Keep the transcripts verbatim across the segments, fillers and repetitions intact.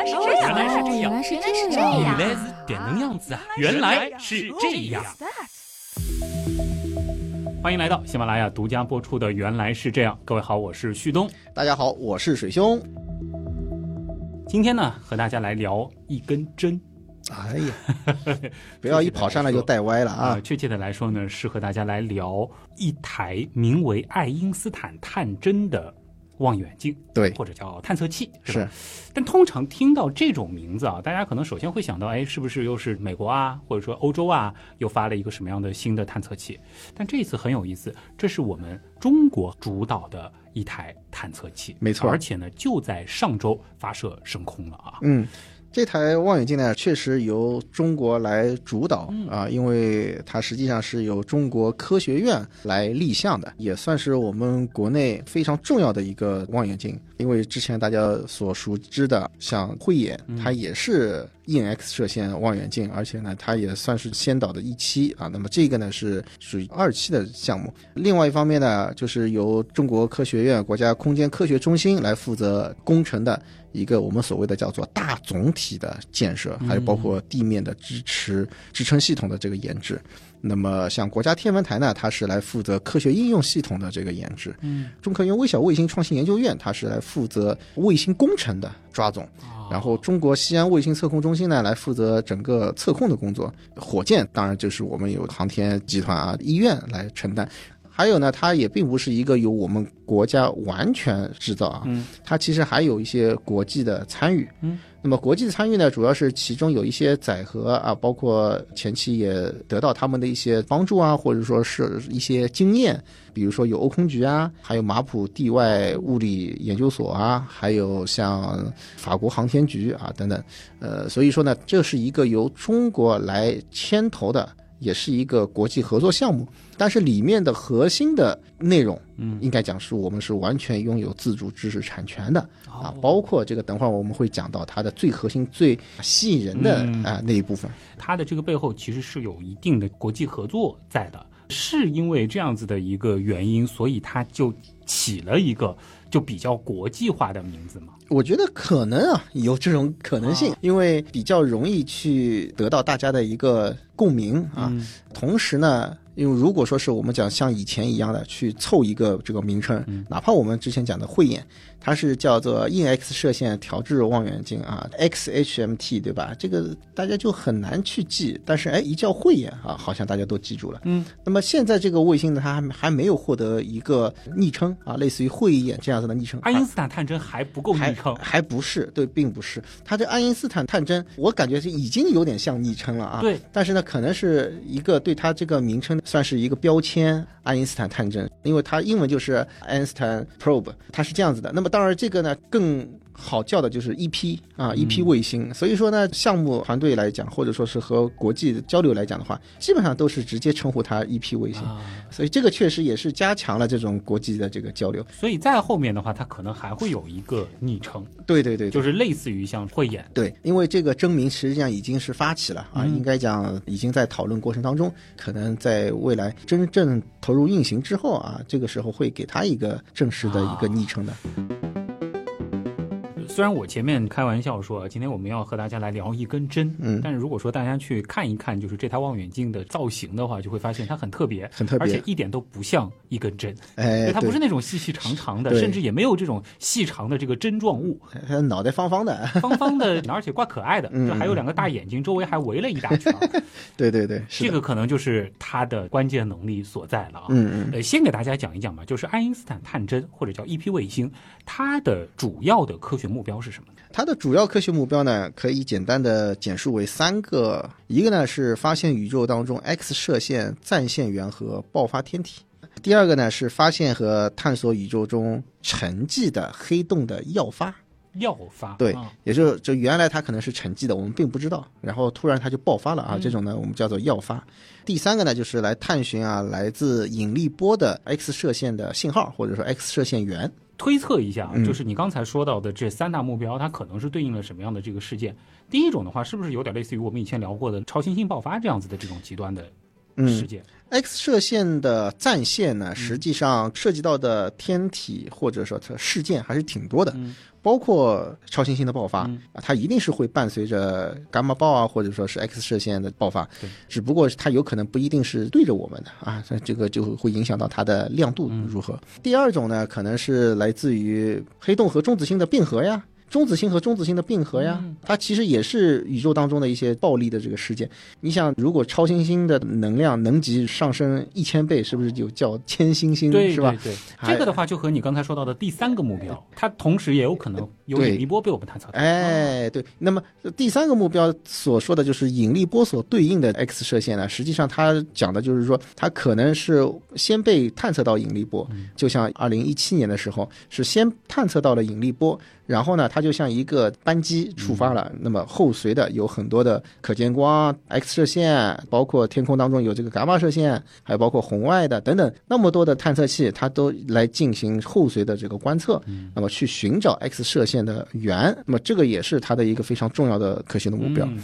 来是这样， 原来是这样， 原来是这样， 原来是这样子啊，原来是这样。欢迎来到喜马拉雅独家播出的《原来是这样》。各位好，我是旭东。 大家好，我是水兄。 今天呢，和大家来聊一根针。 哎呀，不要一跑上来就带歪了啊！ 呃、确切的来说呢，是和大家来聊一台名为爱因斯坦探针的望远镜， 对， 或者叫探测器，是吧？ 是。 但通常听到这种名字啊，大家可能首先会想到，哎，是不是又是美国啊，或者说欧洲啊，又发了一个什么样的新的探测器？但这一次很有意思，这是我们中国主导的一台探测器， 没错， 而且呢，就在上周发射升空了啊。 嗯。这台望远镜呢，确实由中国来主导啊，因为它实际上是由中国科学院来立项的，也算是我们国内非常重要的一个望远镜。因为之前大家所熟知的，像慧眼，它也是硬 X 射线望远镜，而且呢，它也算是先导的一期啊。那么这个呢是属于二期的项目。另外一方面呢，就是由中国科学院国家空间科学中心来负责工程的一个我们所谓的叫做大总体的建设，还有包括地面的支持支撑系统的这个研制。那么像国家天文台呢，它是来负责科学应用系统的这个研制。嗯，中科院微小卫星创新研究院它是来负责卫星工程的抓总。然后中国西安卫星测控中心呢来负责整个测控的工作。火箭当然就是我们有航天集团啊、医院来承担。还有呢，它也并不是一个由我们国家完全制造啊，嗯，它其实还有一些国际的参与。嗯，那么国际的参与呢，主要是其中有一些载荷啊，包括前期也得到他们的一些帮助啊，或者说是一些经验，比如说有欧空局啊，还有马普地外物理研究所啊，还有像法国航天局啊等等。呃，所以说呢，这是一个由中国来牵头的，也是一个国际合作项目。但是里面的核心的内容，嗯，应该讲是我们是完全拥有自主知识产权的、哦、啊，包括这个等会儿我们会讲到它的最核心、最吸引人的、嗯、啊那一部分。 它的这个背后其实是有一定的国际合作在的，是因为这样子的一个原因，所以它就起了一个就比较国际化的名字嘛。 我觉得可能啊有这种可能性、啊、因为比较容易去得到大家的一个共鸣啊、嗯、同时呢，因为如果说是我们讲像以前一样的去凑一个这个名称、嗯、哪怕我们之前讲的慧眼，它是叫做硬 X 射线调制望远镜啊 X H M T 对吧，这个大家就很难去记，但是哎一叫慧眼啊好像大家都记住了。嗯，那么现在这个卫星呢，它还还没有获得一个昵称啊，类似于慧眼这样子的昵称。 爱因斯坦探针还不够昵称， 还, 还不是，对，并不是。它这爱因斯坦探针我感觉是已经有点像昵称了啊。 对， 但是呢可能是一个对它这个名称算是一个标签，爱因斯坦探针，因为它英文就是爱因斯坦 probe， 它是这样子的。那么当然这个呢更好叫的就是 E P 啊 ，E P 卫星、嗯。所以说呢，项目团队来讲，或者说是和国际交流来讲的话，基本上都是直接称呼它 E P 卫星、啊。所以这个确实也是加强了这种国际的这个交流。 所以在后面的话，它可能还会有一个昵称。 对对 对, 对， 就是类似于像慧眼。 对，因为这个征名实际上已经是发起了啊，嗯、应该讲已经在讨论过程当中，可能在未来真正投入运行之后啊，这个时候会给它一个正式的一个昵称的。啊， 虽然我前面开玩笑说今天我们要和大家来聊一根针，嗯，但是如果说大家去看一看就是这台望远镜的造型的话，就会发现它很特别， 很特别， 而且一点都不像一根针， 哎， 它不是那种细细长长的，甚至也没有这种细长的这个针状物， 它脑袋方方的， 方方的，而且怪可爱的，嗯、就还有两个大眼睛，周围还围了一大圈。 对对对，是这个可能就是它的关键能力所在了啊。 嗯嗯， 呃，先给大家讲一讲吧，就是爱因斯坦探针或者叫 E P 卫星，它的主要的科学目标是什么呢？ 它的主要科学目标呢，可以简单的简述为三个，一个呢是发现宇宙当中 X 射线暂现源和爆发天体，第二个呢是发现和探索宇宙中沉寂的黑洞的耀发。 耀发， 对，也就是就原来它可能是沉寂的，我们并不知道，然后突然它就爆发了啊，嗯、这种呢我们叫做耀发。第三个呢就是来探寻啊来自引力波的 X 射线的信号，或者说 X 射线源。 推测一下，就是你刚才说到的这三大目标，它可能是对应了什么样的这个事件？第一种的话，是不是有点类似于我们以前聊过的超新星爆发这样子的这种极端的事件？ X 射线的战线呢，实际上涉及到的天体或者说事件还是挺多的， 嗯、 包括超新星的爆发、 嗯、 它一定是会伴随着伽马暴啊，或者说是 X 射线的爆发，只不过它有可能不一定是对着我们的啊，这个就会影响到它的亮度如何。嗯、第二种呢，可能是来自于黑洞和中子星的并合呀。中子星和中子星的并合呀，它其实也是宇宙当中的一些暴力的这个事件。你想，如果超新星的能量能级上升一千倍，是不是就叫千星星？ 对， 是吧？ 对对，这个的话就和你刚才说到的第三个目标，它同时也有可能有引力波被我们探测到。 哎，对。那么第三个目标所说的就是引力波所对应的 X 射线呢，实际上它讲的就是说，它可能是先被探测到引力波，嗯、就像二零一七年的时候是先探测到了引力波。然后呢，它就像一个扳机触发了，嗯、那么后随的有很多的可见光、X 射线，包括天空当中有这个伽马射线，还有包括红外的等等，那么多的探测器，它都来进行后随的这个观测，嗯、那么去寻找 X 射线的源，那么这个也是它的一个非常重要的科学的目标。 嗯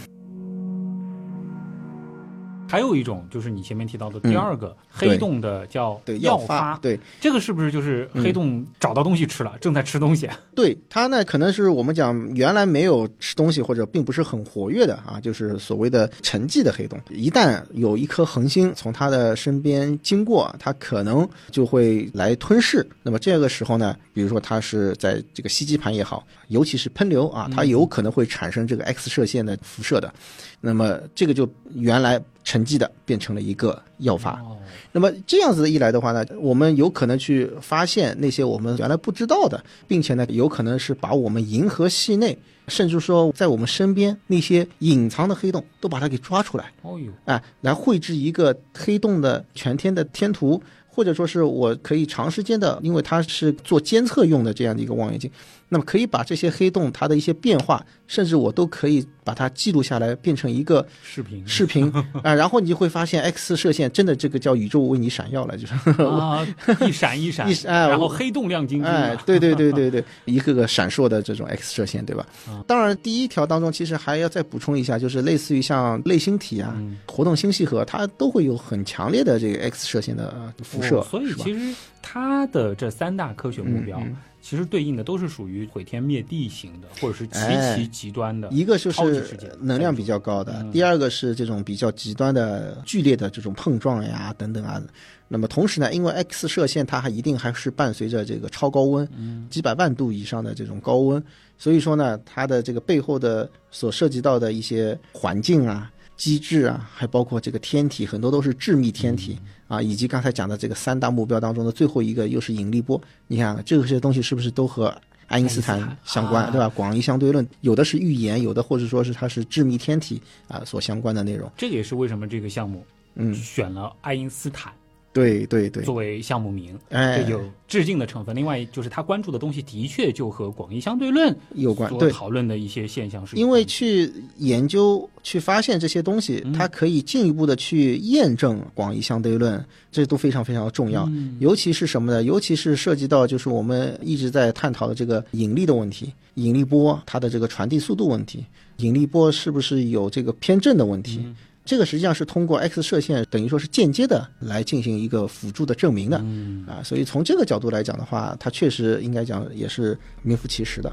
还有一种就是你前面提到的第二个、嗯、黑洞的叫耀发， 对， 这个是不是就是黑洞找到东西吃了，嗯、正在吃东西？ 对，它呢可能是我们讲原来没有吃东西或者并不是很活跃的啊，就是所谓的沉寂的黑洞。一旦有一颗恒星从它的身边经过，它可能就会来吞噬。那么这个时候呢，比如说它是在这个吸积盘也好，尤其是喷流啊，它有可能会产生这个 X 射线的辐射的。嗯、那么这个就原来沉寂的变成了一个耀发、哦、那么这样子一来的话呢，我们有可能去发现那些我们原来不知道的，并且呢有可能是把我们银河系内甚至说在我们身边那些隐藏的黑洞都把它给抓出来， 哦呦， 哎，来绘制一个黑洞的全天的天图，或者说是我可以长时间的，因为它是做监测用的这样的一个望远镜，那么可以把这些黑洞它的一些变化，甚至我都可以把它记录下来，变成一个视频视频啊，然后你就会发现 X 射线真的这个叫宇宙为你闪耀了，就是啊，一闪一闪， 一闪、哎， 然后黑洞亮晶晶， 哎，对对对对对，一个个闪烁的这种 X 射线，对吧？啊、当然，第一条当中其实还要再补充一下，就是类似于像类星体啊、嗯、活动星系核，它都会有很强烈的这个 X 射线的辐射， 哦、所以其实它的这三大科学目标。嗯嗯其实对应的都是属于毁天灭地型的，或者是极其极端的、 哎、一个就是能量比较高的、嗯、第二个是这种比较极端的剧烈的这种碰撞呀等等啊。那么同时呢，因为 X 射线它还一定还是伴随着这个超高温、嗯、几百万度以上的这种高温，所以说呢它的这个背后的所涉及到的一些环境啊机制啊，还包括这个天体，很多都是致密天体、嗯、啊，以及刚才讲的这个三大目标当中的最后一个又是引力波。你看这些东西是不是都和爱因斯坦相关，对吧？广义相对论有的是预言，有的或者说是它是致密天体啊所相关的内容。 这个也是为什么这个项目嗯选了爱因斯坦。 对对对， 作为项目名， 哎， 有致敬的成分。另外就是他关注的东西的确就和广义相对论有关， 所讨论的一些现象是有关的。 因为去研究、去发现这些东西，嗯、它可以进一步的去验证广义相对论，这都非常非常重要。嗯、尤其是什么呢？尤其是涉及到就是我们一直在探讨的这个引力的问题，引力波它的这个传递速度问题，引力波是不是有这个偏振的问题？嗯这个实际上是通过 X 射线等于说是间接的来进行一个辅助的证明的、嗯、啊，所以从这个角度来讲的话，它确实应该讲也是名副其实的。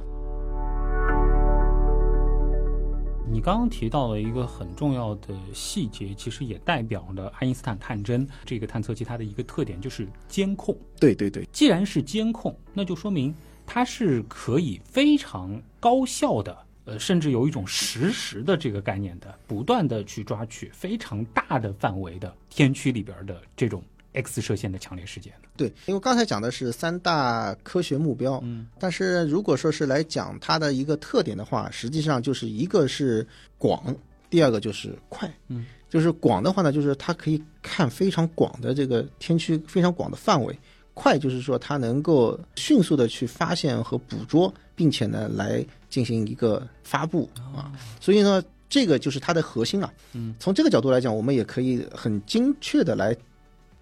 你刚刚提到了一个很重要的细节，其实也代表了爱因斯坦探针这个探测器它的一个特点，就是监控。 对对对， 既然是监控，那就说明它是可以非常高效的呃，甚至有一种实时的这个概念的，不断的去抓取非常大的范围的天区里边的这种 X 射线的强烈事件。 对，因为刚才讲的是三大科学目标，嗯，但是如果说是来讲它的一个特点的话，实际上就是一个是广，第二个就是快，嗯，就是广的话呢，就是它可以看非常广的这个天区，非常广的范围。快就是说它能够迅速的去发现和捕捉，并且呢来进行一个发布啊，所以呢这个就是它的核心啊。嗯，从这个角度来讲，我们也可以很精确的来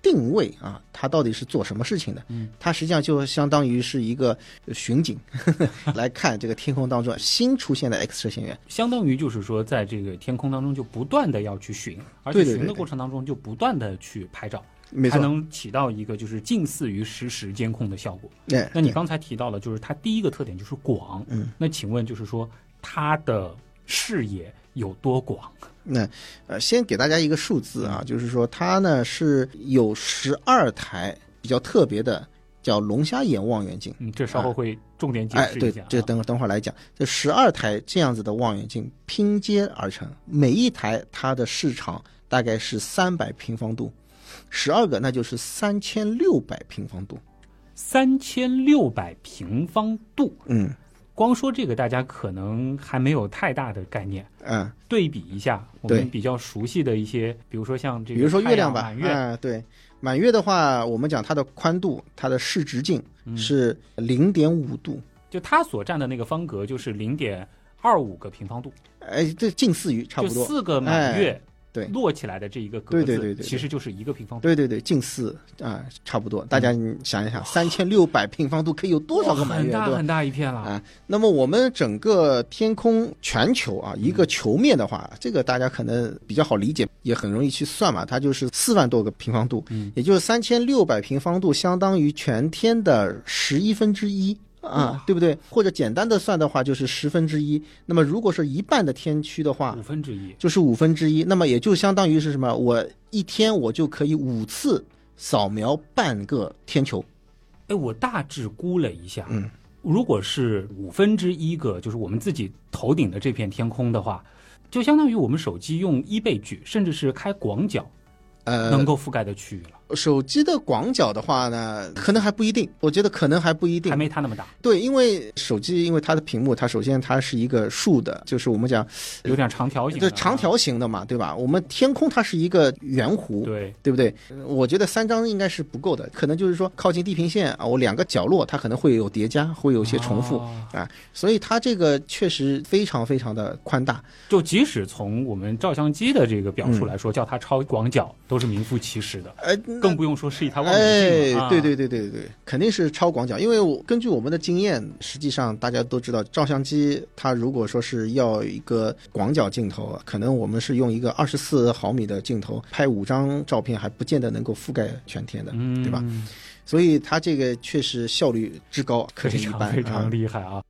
定位啊，它到底是做什么事情的？ 嗯， 它实际上就相当于是一个巡警呵呵来看这个天空当中新出现的 X 射线源， 相当于就是说，在这个天空当中就不断的要去巡，而且巡的过程当中就不断的去拍照。 没错， 它能起到一个就是近似于实时监控的效果。 对， 那你刚才提到了，就是它第一个特点就是广。 嗯， 那请问就是说它的视野有多广？ 那呃，先给大家一个数字啊，就是说它呢是有十二台比较特别的叫龙虾眼望远镜。 嗯，这稍后会重点解释一下。 哎，对，这等等会儿来讲。这十二台这样子的望远镜拼接而成，每一台它的视场大概是三百平方度。十二个那就是三千六百平方度， 三千六百平方度。 嗯， 光说这个大家可能还没有太大的概念。 嗯， 对比一下我们比较熟悉的一些，比如说像这个， 比如说月亮吧， 满月， 啊，对，满月的话，我们讲它的宽度，它的视直径是零点五度， 就它所占的那个方格就是零点二五个平方度。 哎，这近似于差不多， 就四个满月。 哎对， 摞起来的这一个格子， 对对对对， 其实就是一个平方度。 对对对，近似啊，差不多。大家想一想，三千六百平方度可以有多少个满月？ 很大很大一片了啊！那么我们整个天空全球啊，一个球面的话，嗯、这个大家可能比较好理解，也很容易去算嘛。它就是四万多个平方度， 嗯， 也就是三千六百平方度，相当于全天的十一分之一。啊，对不对？或者简单的算的话，就是十分之一。那么如果是一半的天区的话， 五分之一就是五分之一。那么也就相当于是什么？我一天我就可以五次扫描半个天球。 哎，我大致估了一下， 嗯， 如果是五分之一个，就是我们自己头顶的这片天空的话，就相当于我们手机用一倍距，甚至是开广角， 呃， 能够覆盖的区域了。 手机的广角的话呢，可能还不一定，我觉得可能还不一定， 还没它那么大。 对，因为手机因为它的屏幕，它首先它是一个竖的，就是我们讲有点长条形的， 对，长条形的嘛，对吧？我们天空它是一个圆弧， 对， 对不对？我觉得三张应该是不够的，可能就是说靠近地平线啊，我两个角落它可能会有叠加，会有些重复、哦、啊，所以它这个确实非常非常的宽大。 就即使从我们照相机的这个表述来说，嗯、叫它超广角都是名副其实的，呃，更不用说是一台望远镜了。 哎，对对对对对，肯定是超广角，因为我根据我们的经验，实际上大家都知道，照相机它如果说是要一个广角镜头，可能我们是用一个二十四毫米的镜头拍五张照片，还不见得能够覆盖全天的， 嗯、 对吧？所以它这个确实效率之高，可见一斑， 非常非常厉害啊！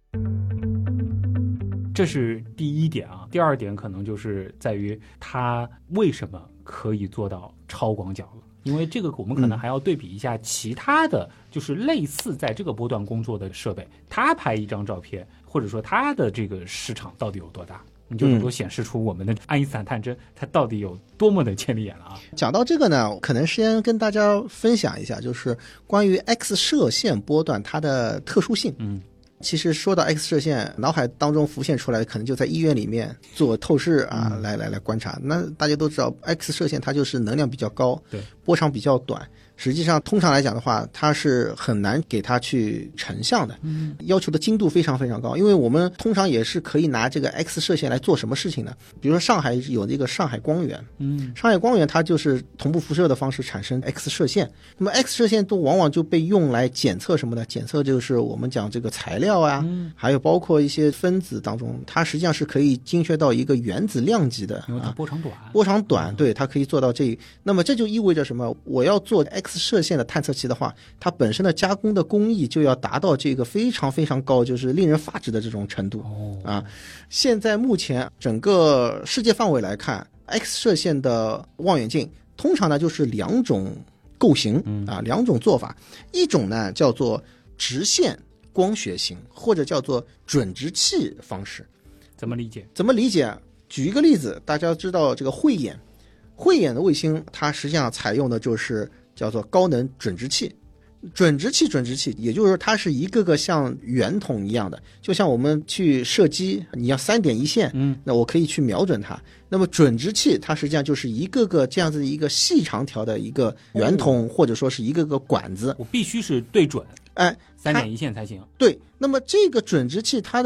这是第一点啊，第二点可能就是在于它为什么可以做到超广角了。因为这个我们可能还要对比一下其他的就是类似在这个波段工作的设备，它拍一张照片或者说它的这个市场到底有多大，你就能够显示出我们的爱因斯坦探针它到底有多么的千里眼了啊。 讲到这个呢，可能先跟大家分享一下，就是关于 X 射线波段它的特殊性。 嗯， 其实说到 X 射线，脑海当中浮现出来可能就在医院里面做透视啊，嗯、来来来观察。那大家都知道 X 射线它就是能量比较高， 对， 波长比较短，实际上通常来讲的话，它是很难给它去成像的， 嗯， 要求的精度非常非常高。因为我们通常也是可以拿这个 X 射线来做什么事情呢？比如说上海有这个上海光源， 嗯， 上海光源它就是同步辐射的方式产生 X 射线。那么 X 射线都往往就被用来检测什么呢？检测就是我们讲这个材料啊， 嗯， 还有包括一些分子当中，它实际上是可以精确到一个原子量级的， 因为它波长短， 啊、波长短，对，它可以做到这。那么这就意味着什么？我要做 X 射线的探测器的话，它本身的加工的工艺就要达到这个非常非常高，就是令人发指的这种程度、 哦、 啊。现在目前整个世界范围来看 ，X 射线的望远镜通常呢就是两种构型啊，两种做法，一种呢叫做直线光学型，或者叫做准直器方式。 怎么理解？ 怎么理解？举一个例子，大家知道这个慧眼，慧眼的卫星，它实际上采用的就是叫做高能准直器。准直器，准直器，也就是说它是一个个像圆筒一样的，就像我们去射击，你要三点一线， 嗯， 那我可以去瞄准它。那么准直器它实际上就是一个个这样子一个细长条的一个圆筒，或者说是一个个管子， 我必须是对准， 哎， 三点一线才行。 对，那么这个准直器它的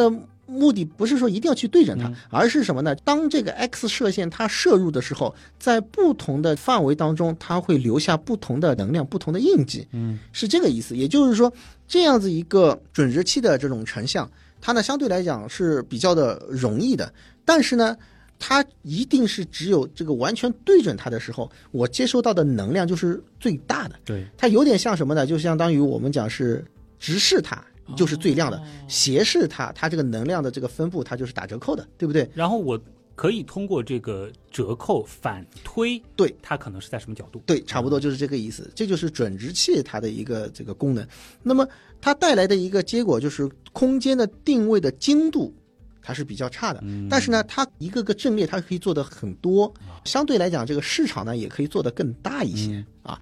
目的不是说一定要去对准它， 嗯、 而是什么呢？当这个 X 射线它射入的时候，在不同的范围当中，它会留下不同的能量、不同的印记， 嗯， 是这个意思。也就是说，这样子一个准直器的这种成像，它呢相对来讲是比较的容易的，但是呢，它一定是只有这个完全对准它的时候，我接收到的能量就是最大的。 对， 它有点像什么呢？就相当于我们讲是直视它就是最亮的，哦、斜视它，它这个能量的这个分布它就是打折扣的，对不对？ 然后我可以通过这个折扣反推， 对， 它可能是在什么角度？ 对，差不多就是这个意思。嗯、这就是准直器它的一个这个功能。那么它带来的一个结果就是空间的定位的精度它是比较差的，嗯、但是呢，它一个个阵列它可以做的很多，相对来讲，这个市场呢也可以做得更大一些、嗯、啊。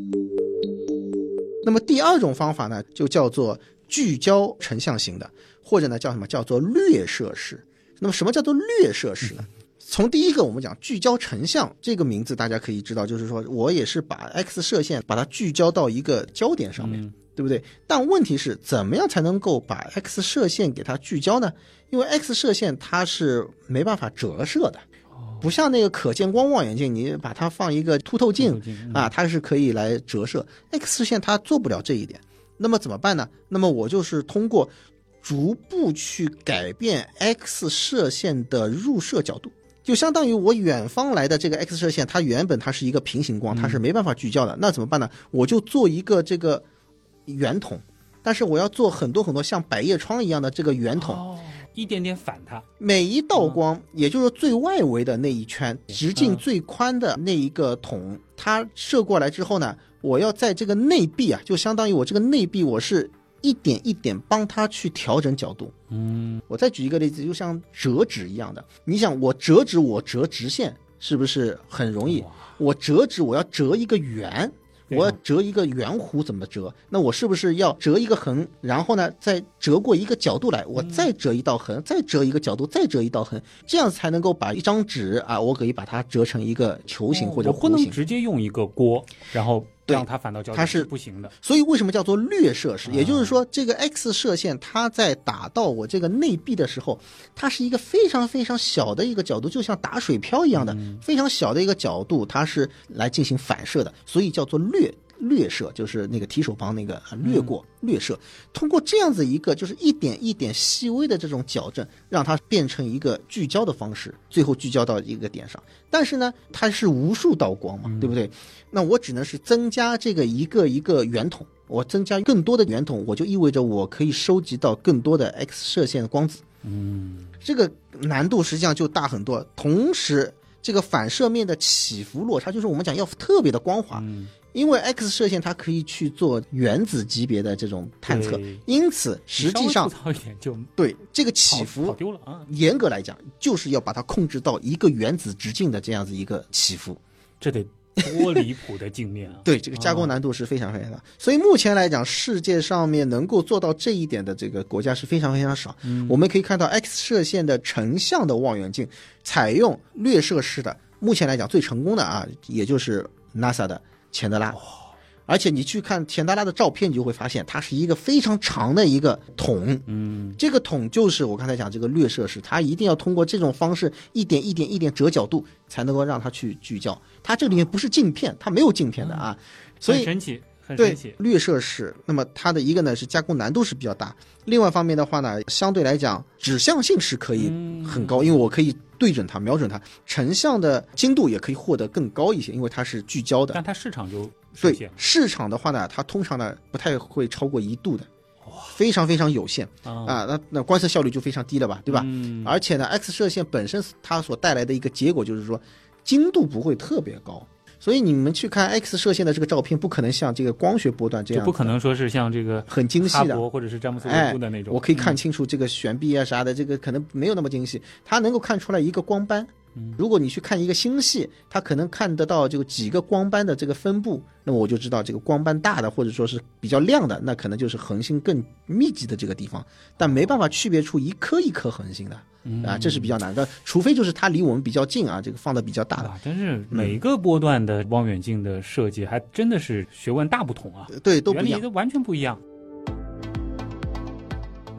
那么第二种方法呢，就叫做聚焦成像型的，或者呢叫什么叫做略射式。那么什么叫做略射式呢？从第一个我们讲聚焦成像这个名字大家可以知道，就是说我也是把 X 射线把它聚焦到一个焦点上面、嗯、对不对？但问题是怎么样才能够把 X 射线给它聚焦呢？因为 X 射线它是没办法折射的，不像那个可见光望远镜，你把它放一个凸透镜、嗯、啊，它是可以来折射。X 射线它做不了这一点，那么怎么办呢？那么我就是通过逐步去改变 X 射线的入射角度，就相当于我远方来的这个 X 射线，它原本它是一个平行光，它是没办法聚焦的、嗯、那怎么办呢？我就做一个这个圆筒，但是我要做很多很多像百叶窗一样的这个圆筒、哦， 一点点反它， 每一道光、嗯、也就是最外围的那一圈直径最宽的那一个筒、嗯、它射过来之后呢，我要在这个内壁啊，就相当于我这个内壁我是一点一点帮它去调整角度。嗯，我再举一个例子，就像折纸一样的，你想我折纸我折直线是不是很容易？我折纸我要折一个圆，我要折一个圆弧怎么折？那我是不是要折一个横，然后呢再折过一个角度来，我再折一道横、嗯、再折一个角度，再折一道横，这样才能够把一张纸啊，我可以把它折成一个球形或者弧形、哦、 我不能直接用一个锅然后让它反到焦点， 它是不行的。 所以为什么叫做略射式、啊、也就是说这个 X 射线它在打到我这个内壁的时候，它是一个非常非常小的一个角度，就像打水漂一样的、嗯、非常小的一个角度，它是来进行反射的，所以叫做略略射，就是那个提手旁那个略过、嗯、略射。通过这样子一个就是一点一点细微的这种矫正，让它变成一个聚焦的方式，最后聚焦到一个点上。但是呢它是无数道光嘛、嗯、对不对？那我只能是增加这个一个一个圆筒，我增加更多的圆筒，我就意味着我可以收集到更多的 X 射线的光子。嗯，这个难度实际上就大很多。同时这个反射面的起伏落差，就是我们讲要特别的光滑、嗯、因为 X 射线它可以去做原子级别的这种探测，因此实际上就对这个起伏跑丢了啊。 严格来讲就是要把它控制到一个原子直径的这样子一个起伏， 这得多离谱的镜面啊！ 对，这个加工难度是非常非常大、哦、所以目前来讲世界上面能够做到这一点的这个国家是非常非常少、嗯、我们可以看到 X 射线的成像的望远镜采用略射式的，目前来讲最成功的啊，也就是 NASA 的钱德拉、哦，而且你去看钱德拉的照片，你就会发现它是一个非常长的一个筒，嗯，这个筒就是我刚才讲这个略射式，它一定要通过这种方式一点一点一点折角度才能够让它去聚焦。它这里面不是镜片，它没有镜片的啊，嗯、所以很神奇。对， 略射式，那么它的一个呢是加工难度是比较大，另外一方面的话呢，相对来讲指向性是可以很高、嗯、因为我可以对准它瞄准它，成像的精度也可以获得更高一些，因为它是聚焦的。 但它市场就对市场的话呢，它通常呢不太会超过一度的，非常非常有限、哦、啊，那那观测效率就非常低了吧，对吧、嗯、而且呢 X 射线本身它所带来的一个结果就是说精度不会特别高，所以你们去看 X 射线的这个照片，不可能像这个光学波段这样， 就不可能说是像这个很精细的， 或者是詹姆斯韦布的那种、 哎。我可以看清楚这个悬臂啊啥的，嗯、这个可能没有那么精细，它能够看出来一个光斑。如果你去看一个星系，它可能看得到这个几个光斑的这个分布，那么我就知道这个光斑大的或者说是比较亮的，那可能就是恒星更密集的这个地方，但没办法区别出一颗一颗恒星的。啊，这是比较难的，除非就是它离我们比较近啊，这个放的比较大的。 真是每个波段的望远镜的设计还真的是学问大不同啊， 对，都不一样， 原理都完全不一样。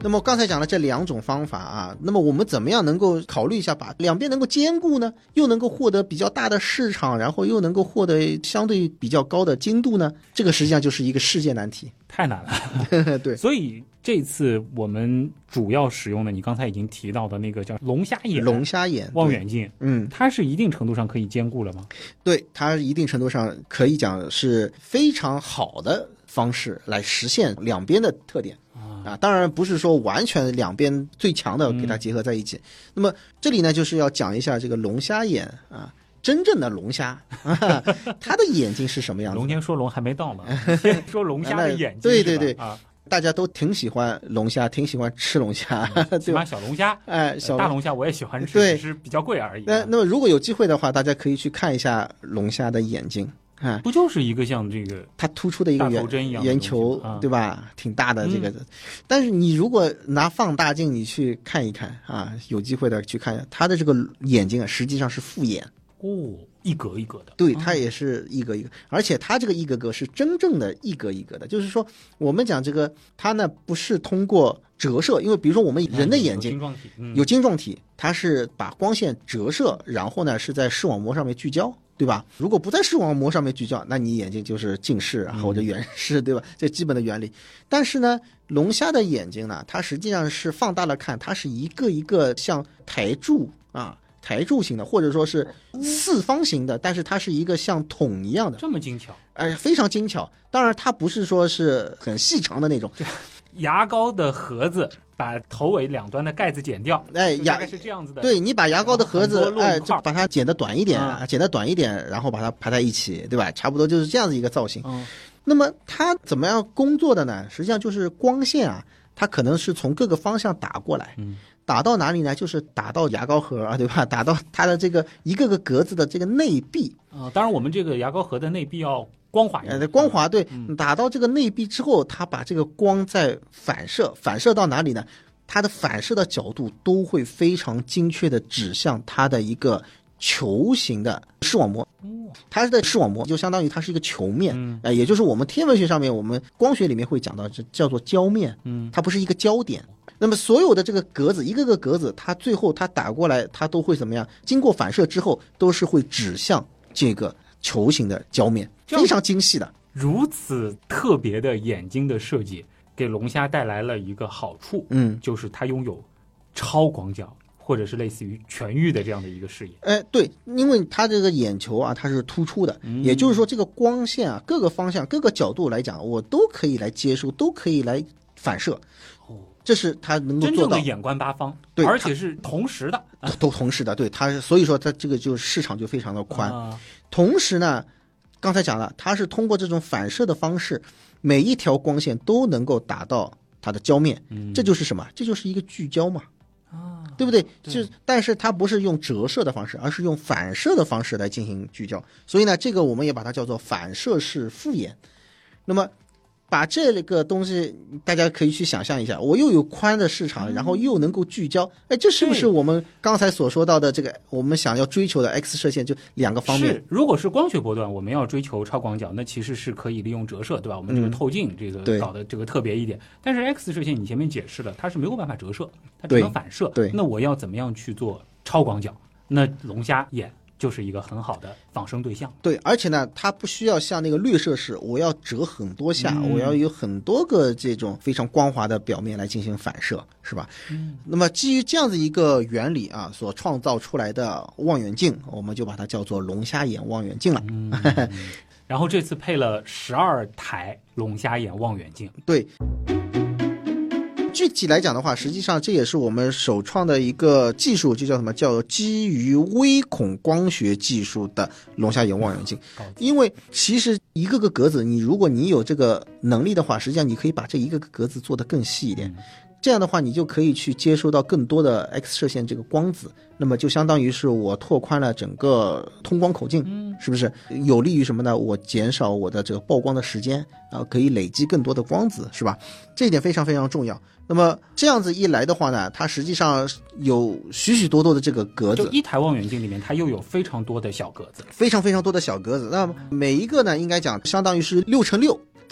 那么刚才讲了这两种方法啊，那么我们怎么样能够考虑一下，把两边能够兼顾呢？又能够获得比较大的市场，然后又能够获得相对比较高的精度呢？这个实际上就是一个世界难题， 太难了。 对， 所以这次我们主要使用的，你刚才已经提到的那个叫龙虾眼， 龙虾眼望远镜， 嗯， 它是一定程度上可以兼顾了吗？ 对，它一定程度上可以讲是非常好的方式来实现两边的特点。啊，当然不是说完全两边最强的给它结合在一起。嗯、那么这里呢，就是要讲一下这个龙虾眼啊，真正的龙虾，啊、它的眼睛是什么样子？ 龙天说龙还没到呢，先说龙虾的眼睛。 对对对啊， 大家都挺喜欢龙虾，挺喜欢吃龙虾， 嗯、喜欢小龙虾， 哎，小大龙虾我也喜欢吃， 对， 只是比较贵而已。 那那么如果有机会的话，大家可以去看一下龙虾的眼睛。啊， 不就是一个像这个它突出的一个圆圆球， 啊、 对吧？挺大的这个、 嗯， 但是你如果拿放大镜你去看一看啊，有机会的去看一下它的这个眼睛啊，实际上是复眼哦，一格一格的， 对，它也是一格一格，嗯、而且它这个一格格是真正的一格一格的，就是说我们讲这个它呢不是通过折射，因为比如说我们人的眼睛、 嗯、有晶状体，嗯、 有晶状体，它是把光线折射，然后呢是在视网膜上面聚焦。对吧？如果不在视网膜上面聚焦，那你眼睛就是近视啊，或者远视，对吧？这基本的原理。但是呢，龙虾的眼睛呢，它实际上是放大了看，它是一个一个像台柱啊，台柱形的，或者说是四方形的，但是它是一个像桶一样的， 这么精巧， 哎，非常精巧。当然，它不是说是很细长的那种， 牙膏的盒子。把头尾两端的盖子剪掉， 哎， 大概是这样子的。 对，你把牙膏的盒子，哎，就把它剪得短一点，嗯、剪得短一点，然后把它排在一起，对吧？差不多就是这样子一个造型。 嗯， 那么它怎么样工作的呢？实际上就是光线啊，它可能是从各个方向打过来， 嗯， 打到哪里呢？就是打到牙膏盒啊，对吧？打到它的这个一个个格子的这个内壁啊、呃。当然，我们这个牙膏盒的内壁要光滑一点， 呃，光滑对， 嗯、 打到这个内壁之后，它把这个光再反射，反射到哪里呢？它的反射的角度都会非常精确的指向它的一个球形的视网膜，它的视网膜就相当于它是一个球面， 嗯呃、也就是我们天文学上面，我们光学里面会讲到，这叫做焦面， 嗯， 它不是一个焦点。那么所有的这个格子，一个个格子，它最后它打过来，它都会怎么样？经过反射之后，都是会指向这个球形的焦面，非常精细的。 如此特别的眼睛的设计，给龙虾带来了一个好处， 嗯， 就是它拥有超广角或者是类似于全域的这样的一个视野。 哎，对，因为它这个眼球啊，它是突出的， 嗯、 也就是说这个光线啊，各个方向、各个角度来讲，我都可以来接收，都可以来反射。 哦， 这是它能够做到真正的眼观八方， 对， 而且是同时的， 都同时的，对它，所以说它这个就市场就非常的宽。 啊、 同时呢，刚才讲了，它是通过这种反射的方式。每一条光线都能够打到它的焦面， 嗯、 这就是什么？这就是一个聚焦嘛， 啊， 对不对？ 对， 就但是它不是用折射的方式，而是用反射的方式来进行聚焦。所以呢，这个我们也把它叫做反射式复眼。那么，把这个东西大家可以去想象一下，我又有宽的市场，然后又能够聚焦，哎，这是不是我们刚才所说到的这个我们想要追求的 X 射线就两个方面？ 是，如果是光学波段，我们要追求超广角，那其实是可以利用折射，对吧？我们这个透镜这个搞的这个特别一点。嗯、但是 X 射线你前面解释了，它是没有办法折射，它只能反射。 对， 那我要怎么样去做超广角？那龙虾眼就是一个很好的仿生对象。 对，而且呢，它不需要像那个略射式，我要折很多下， 嗯、 我要有很多个这种非常光滑的表面来进行反射，是吧？ 嗯。 那么基于这样子一个原理啊，所创造出来的望远镜，我们就把它叫做龙虾眼望远镜了。 嗯。然后这次配了十二台龙虾眼望远镜。 对。具体来讲的话，实际上这也是我们首创的一个技术，就叫什么？叫基于微孔光学技术的龙虾眼望远镜。因为其实一个个格子，你如果你有这个能力的话，实际上你可以把这一个个格子做得更细一点。嗯，这样的话，你就可以去接收到更多的 X 射线这个光子，那么就相当于是我拓宽了整个通光口径， 嗯， 是不是有利于什么呢？我减少我的这个曝光的时间啊，可以累积更多的光子，是吧？这一点非常非常重要。那么这样子一来的话呢，它实际上有许许多多的这个格子， 就一台望远镜里面，它又有非常多的小格子， 非常非常多的小格子。那么每一个呢，应该讲相当于是六乘六。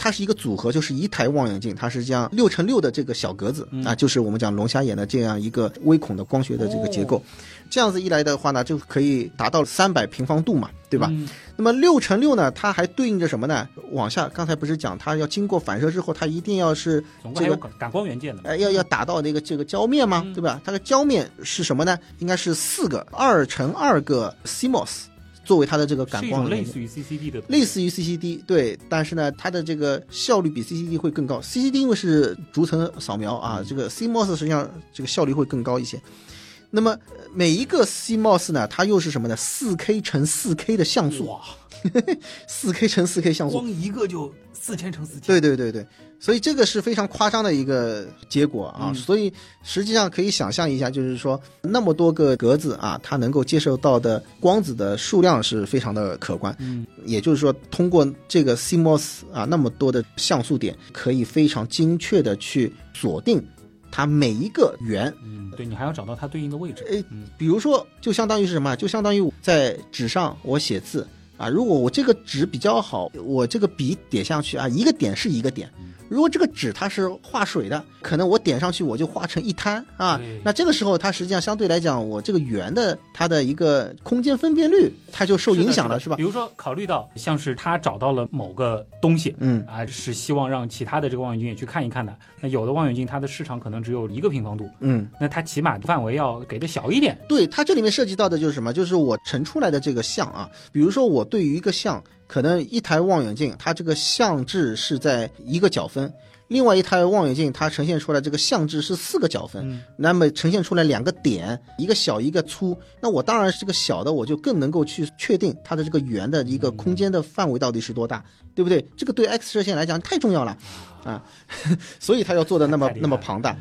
它是一个组合，就是一台望远镜，它是这样六乘六的这个小格子、嗯、啊，就是我们讲龙虾眼的这样一个微孔的光学的这个结构、哦、这样子一来的话呢，就可以达到三百平方度嘛，对吧、嗯、那么六乘六呢，它还对应着什么呢？往下刚才不是讲它要经过反射之后，它一定要是这个感光元件的、 呃、要要打到那个这个焦面吗、嗯、对吧？它的焦面是什么呢？应该是四个二乘二个 C M O S作为它的这个感光， 是一种类似于 C C D 的， 类似于 C C D， 对，但是呢，它的这个效率比 C C D 会更高。C C D 因为是逐层扫描啊，这个 C M O S 实际上这个效率会更高一些。那么每一个 C M O S 呢，它又是什么呢？ 四 K 乘四 K 的像素，哇四 K 乘四 K 像素， 光一个就四千乘四千， 对对对对，所以这个是非常夸张的一个结果啊、嗯、所以实际上可以想象一下，就是说那么多个格子啊，它能够接受到的光子的数量是非常的可观，嗯，也就是说通过这个 C M O S 啊那么多的像素点，可以非常精确的去锁定它每一个圆， 嗯，对，你还要找到它对应的位置， 诶，比如说就相当于是什么？就相当于在纸上我写字啊，如果我这个纸比较好，我这个笔点上去啊，一个点是一个点。如果这个纸它是画水的，可能我点上去我就画成一滩啊，那这个时候它实际上相对来讲，我这个圆的它的一个空间分辨率它就受影响了， 是, 是吧？ 比如说考虑到像是他找到了某个东西，嗯啊，是希望让其他的这个望远镜也去看一看的。那有的望远镜它的视场可能只有一个平方度，嗯，那它起码范围要给的小一点。 对，它这里面涉及到的就是什么？就是我盛出来的这个像啊，比如说我对于一个像，可能一台望远镜它这个像质是在一个角分，另外一台望远镜它呈现出来这个像质是四个角分、嗯、那么呈现出来两个点，一个小一个粗，那我当然这个小的我就更能够去确定它的这个圆的一个空间的范围到底是多大、嗯、对不对？这个对 X 射线来讲太重要了啊，所以它要做的那么那么庞大。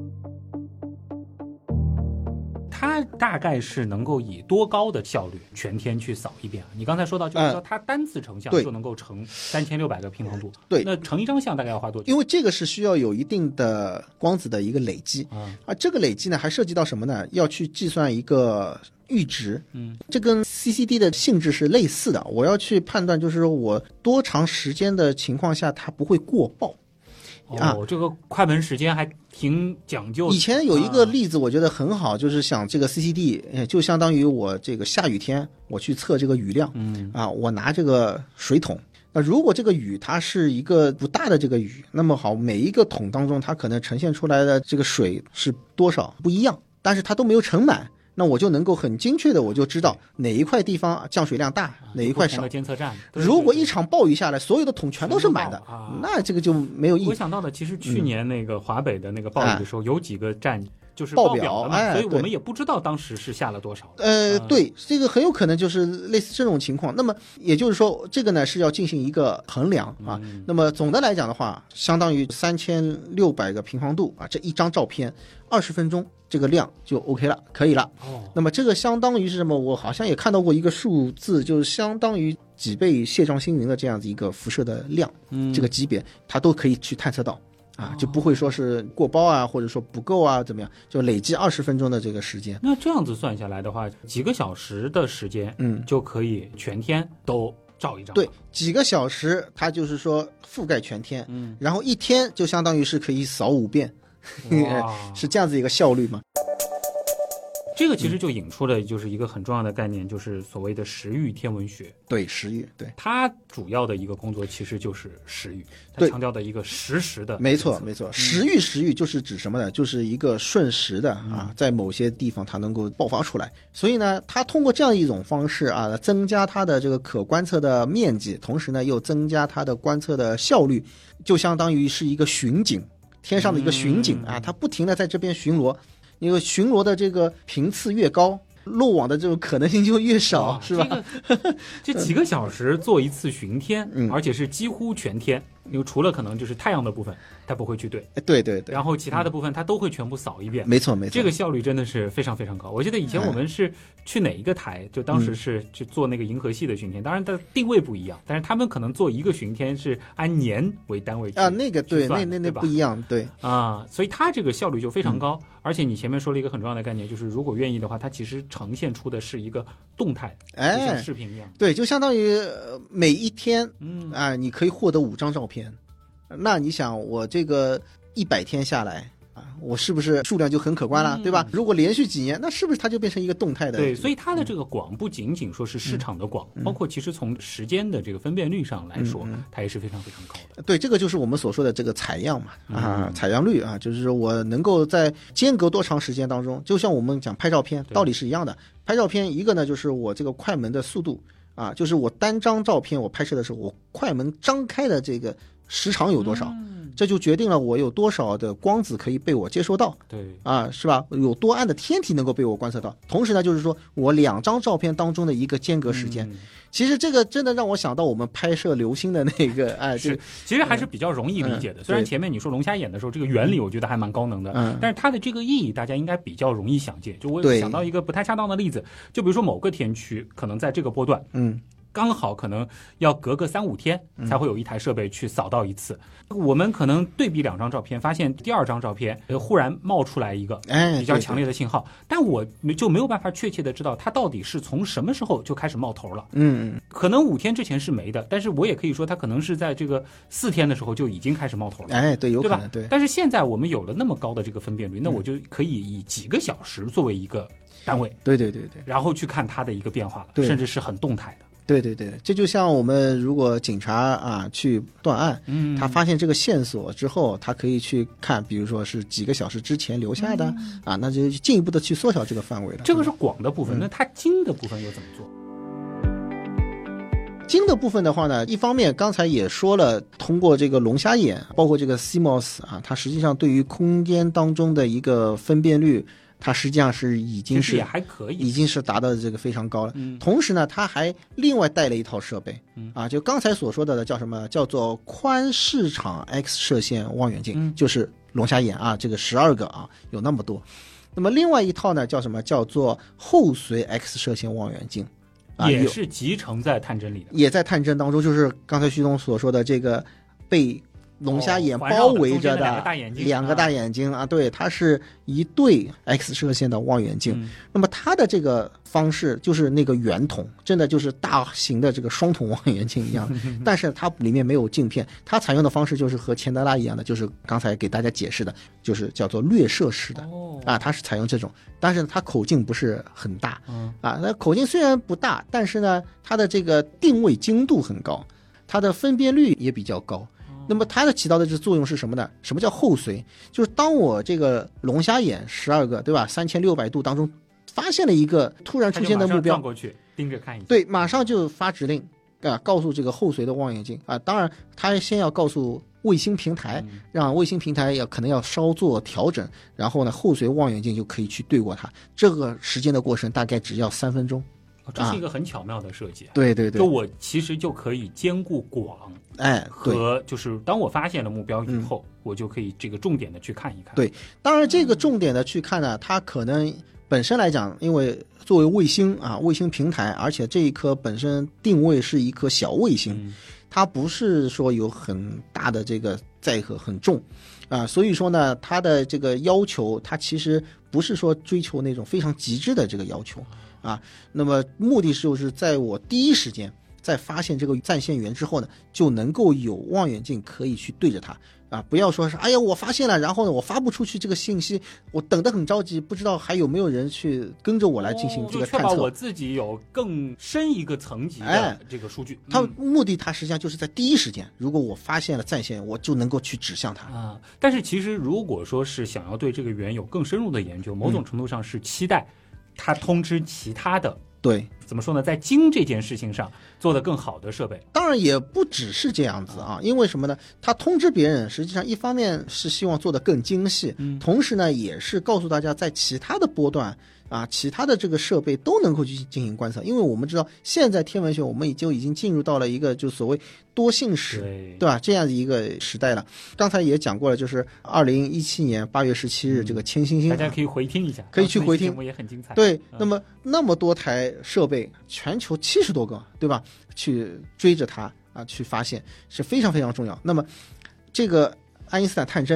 它大概是能够以多高的效率全天去扫一遍啊？你刚才说到，就是说它单次成像就能够成三千六百个平方度，对，那成一张像大概要花多久？ 因为这个是需要有一定的光子的一个累积啊，而这个累积呢，还涉及到什么呢？要去计算一个阈值，嗯，这跟 C C D 的性质是类似的。我要去判断，就是说我多长时间的情况下它不会过曝。 哦，这个快门时间还挺讲究的。 以前有一个例子我觉得很好，就是想这个 C C D 就相当于我这个下雨天我去测这个雨量，嗯啊，我拿这个水桶，那如果这个雨它是一个不大的这个雨，那么好，每一个桶当中它可能呈现出来的这个水是多少不一样，但是它都没有盛满，那我就能够很精确的我就知道哪一块地方降水量大、啊、哪一块少。 监测站， 如果一场暴雨下来所有的桶全都是满的、啊、那这个就没有意义。 我想到的其实去年那个华北的那个暴雨的时候、嗯、有几个站就是爆表了嘛、 哎、 所以我们也不知道当时是下了多少。 呃、嗯，对，这个很有可能就是类似这种情况。那么也就是说，这个呢是要进行一个衡量啊、嗯。那么总的来讲的话，相当于三千六百个平方度啊，这一张照片二十分钟，这个量就 OK 了，可以了。哦。那么这个相当于是什么？我好像也看到过一个数字，就是相当于几倍蟹状星云的这样子一个辐射的量，嗯，这个级别它都可以去探测到。啊，就不会说是过曝啊，或者说不够啊，怎么样？就累计二十分钟的这个时间。 那这样子算下来的话，几个小时的时间，嗯，就可以全天都照一张。 对，几个小时，它就是说覆盖全天，嗯，然后一天就相当于是可以扫五遍，是这样子一个效率吗？ 这个其实就引出了就是一个很重要的概念，就是所谓的时域天文学。 对，时域，对， 它主要的一个工作其实就是时域，它强调的一个实时的。 没错，没错，时域时域就是指什么呢？就是一个瞬时的啊，在某些地方它能够爆发出来。所以呢，它通过这样一种方式啊，增加它的这个可观测的面积，同时呢又增加它的观测的效率，就相当于是一个巡警，天上的一个巡警啊，它不停的在这边巡逻。因为巡逻的这个频次越高，漏网的这种可能性就越少，哦、是吧？ 这个这几个小时做一次巡天，嗯，而且是几乎全天，因为除了可能就是太阳的部分，它不会去对， 对对对， 然后其他的部分它都会全部扫一遍， 没错没错， 这个效率真的是非常非常高。我记得以前我们是去哪一个台，就当时是去做那个银河系的巡天，当然它定位不一样，但是他们可能做一个巡天是按年为单位啊，那个对，那那那不一样，对啊，所以它这个效率就非常高。嗯，而且你前面说了一个很重要的概念，就是如果愿意的话，它其实呈现出的是一个动态，哎，就像视频一样。 对，就相当于每一天，嗯啊，你可以获得五张照片。 那你想我这个一百天下来我是不是数量就很可观了、嗯、对吧？如果连续几年，那是不是它就变成一个动态的？ 对，所以它的这个广不仅仅说是市场的广、嗯、包括其实从时间的这个分辨率上来说、嗯、它也是非常非常高的。 对，这个就是我们所说的这个采样嘛，啊、嗯，采样率啊，就是我能够在间隔多长时间当中，就像我们讲拍照片道理是一样的。拍照片一个呢就是我这个快门的速度啊，就是我单张照片我拍摄的时候，我快门张开的这个时长有多少、嗯、这就决定了我有多少的光子可以被我接收到， 对啊，是吧？有多暗的天体能够被我观测到。同时呢，就是说我两张照片当中的一个间隔时间、嗯、其实这个真的让我想到我们拍摄流星的那个哎， 是其实还是比较容易理解的、嗯、虽然前面你说龙虾眼的时候这个原理我觉得还蛮高能的、嗯、但是它的这个意义大家应该比较容易想见。就我想到一个不太恰当的例子，就比如说某个天区可能在这个波段嗯刚好可能要隔个三五天才会有一台设备去扫到一次、嗯、我们可能对比两张照片，发现第二张照片呃忽然冒出来一个比较强烈的信号、哎、但我就没有办法确切的知道它到底是从什么时候就开始冒头了。嗯，可能五天之前是没的，但是我也可以说它可能是在这个四天的时候就已经开始冒头了。 哎，对，有可能， 对吧？对。但是现在我们有了那么高的这个分辨率，那我就可以以几个小时作为一个单位， 对对对对， 然后去看它的一个变化了，甚至是很动态的。 对对对，这就像我们如果警察啊去断案，嗯，他发现这个线索之后，他可以去看，比如说是几个小时之前留下的、嗯、啊，那就进一步的去缩小这个范围了。 这个是广的部分、嗯、那它精的部分又怎么做？ 精的部分的话呢，一方面刚才也说了，通过这个龙虾眼，包括这个 C M O S 啊，它实际上对于空间当中的一个分辨率，它实际上是已经是也还可以， 已经是达到这个非常高了。嗯、同时呢，它还另外带了一套设备，嗯、啊，就刚才所说的叫什么？叫做宽视场 X 射线望远镜，嗯、就是龙虾眼啊，这个十二个啊，有那么多。那么另外一套呢，叫什么？叫做后随 X 射线望远镜，啊、 也是集成在探针里的， 也在探针当中，就是刚才徐总所说的这个被龙虾眼包围着的两个大眼睛啊，对，它是一对 X 射线的望远镜、嗯、那么它的这个方式就是那个圆筒，真的就是大型的这个双筒望远镜一样但是它里面没有镜片，它采用的方式就是和钱德拉一样的，就是刚才给大家解释的，就是叫做略射式的、哦、啊，它是采用这种，但是它口径不是很大、嗯、啊，那口径虽然不大，但是呢它的这个定位精度很高，它的分辨率也比较高。那么它的起到的这作用是什么呢？什么叫后随？就是当我这个龙虾眼十二个，对吧？三千六百度当中发现了一个突然出现的目标， 转过去盯着看一下， 对，马上就发指令啊，告诉这个后随的望远镜啊。当然，它先要告诉卫星平台，嗯、让卫星平台要可能要稍作调整，然后呢，后随望远镜就可以去对过它。这个时间的过程大概只要三分钟。 这是一个很巧妙的设计、啊、 对对对， 就我其实就可以兼顾广， 哎， 和就是当我发现了目标以后、嗯、我就可以这个重点的去看一看。 对，当然这个重点的去看呢，它可能本身来讲，因为作为卫星啊，卫星平台，而且这一颗本身定位是一颗小卫星、嗯、它不是说有很大的这个载荷很重啊，所以说呢，它的这个要求，它其实不是说追求那种非常极致的这个要求啊，那么目的就是在我第一时间在发现这个在线源之后呢，就能够有望远镜可以去对着它啊，不要说是哎呀我发现了，然后呢我发不出去这个信息，我等得很着急，不知道还有没有人去跟着我来进行这个探测， 哦、就确保我自己有更深一个层级的这个数据。 哎、它目的它实际上就是在第一时间，如果我发现了在线，我就能够去指向它啊。但是其实如果说是想要对这个源有更深入的研究，某种程度上是期待他通知其他的， 对， 怎么说呢，在精这件事情上做得更好的设备。 当然也不只是这样子啊，因为什么呢，他通知别人实际上一方面是希望做得更精细、嗯、同时呢也是告诉大家在其他的波段啊，其他的这个设备都能够去进行观测。因为我们知道现在天文学我们就已经进入到了一个就所谓多信使， 对, 对吧，这样的一个时代了。刚才也讲过了，就是二零一七年八月十七日这个千星星、嗯、 大家可以回听一下， 可以去回听， 也很精彩。 对、 嗯、 那么那么多台设备，全球七十多个，对吧，去追着它啊，去发现是非常非常重要。那么这个爱因斯坦探针